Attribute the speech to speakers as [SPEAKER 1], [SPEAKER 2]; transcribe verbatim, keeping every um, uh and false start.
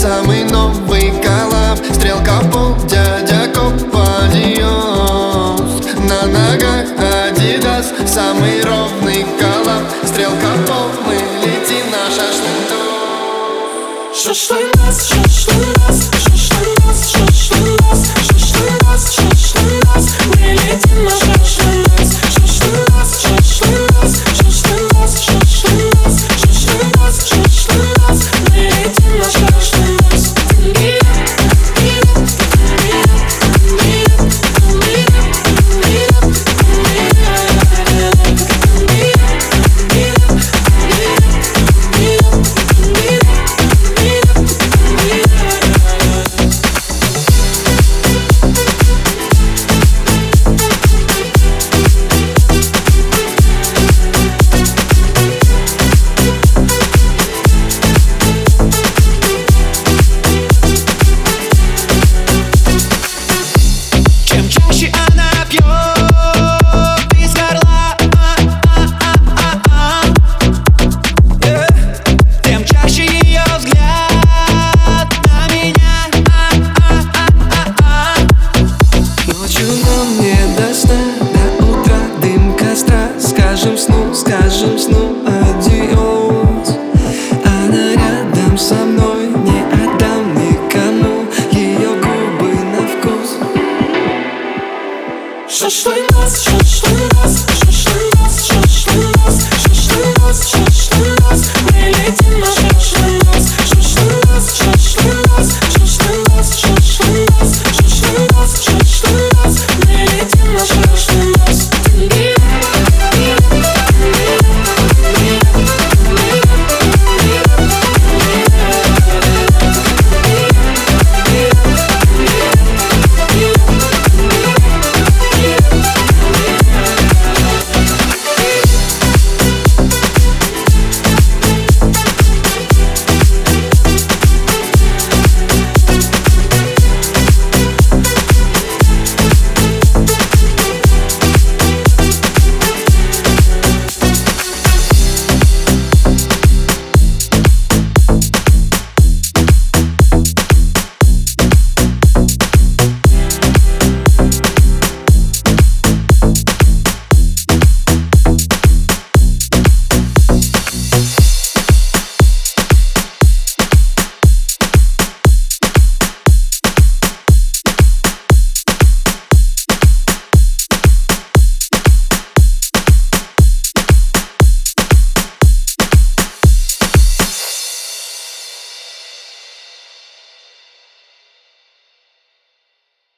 [SPEAKER 1] самый новый коллаб. Стрелка в пол, дядя Коп, адиос. На ногах Адидас, самый ровный коллаб. Стрелка в пол, мы летим на шашлындос.
[SPEAKER 2] Шашлындос, шашлындос, шашлындос, шашлындос, шашлындос, шашлындос, мы летим на шашлындос. Шашлындос, шашлындос, шашлындос, шашлындос, шашлындос, шашлындос, мы летим на шашлындос.
[SPEAKER 1] Скажем сну, скажем сну.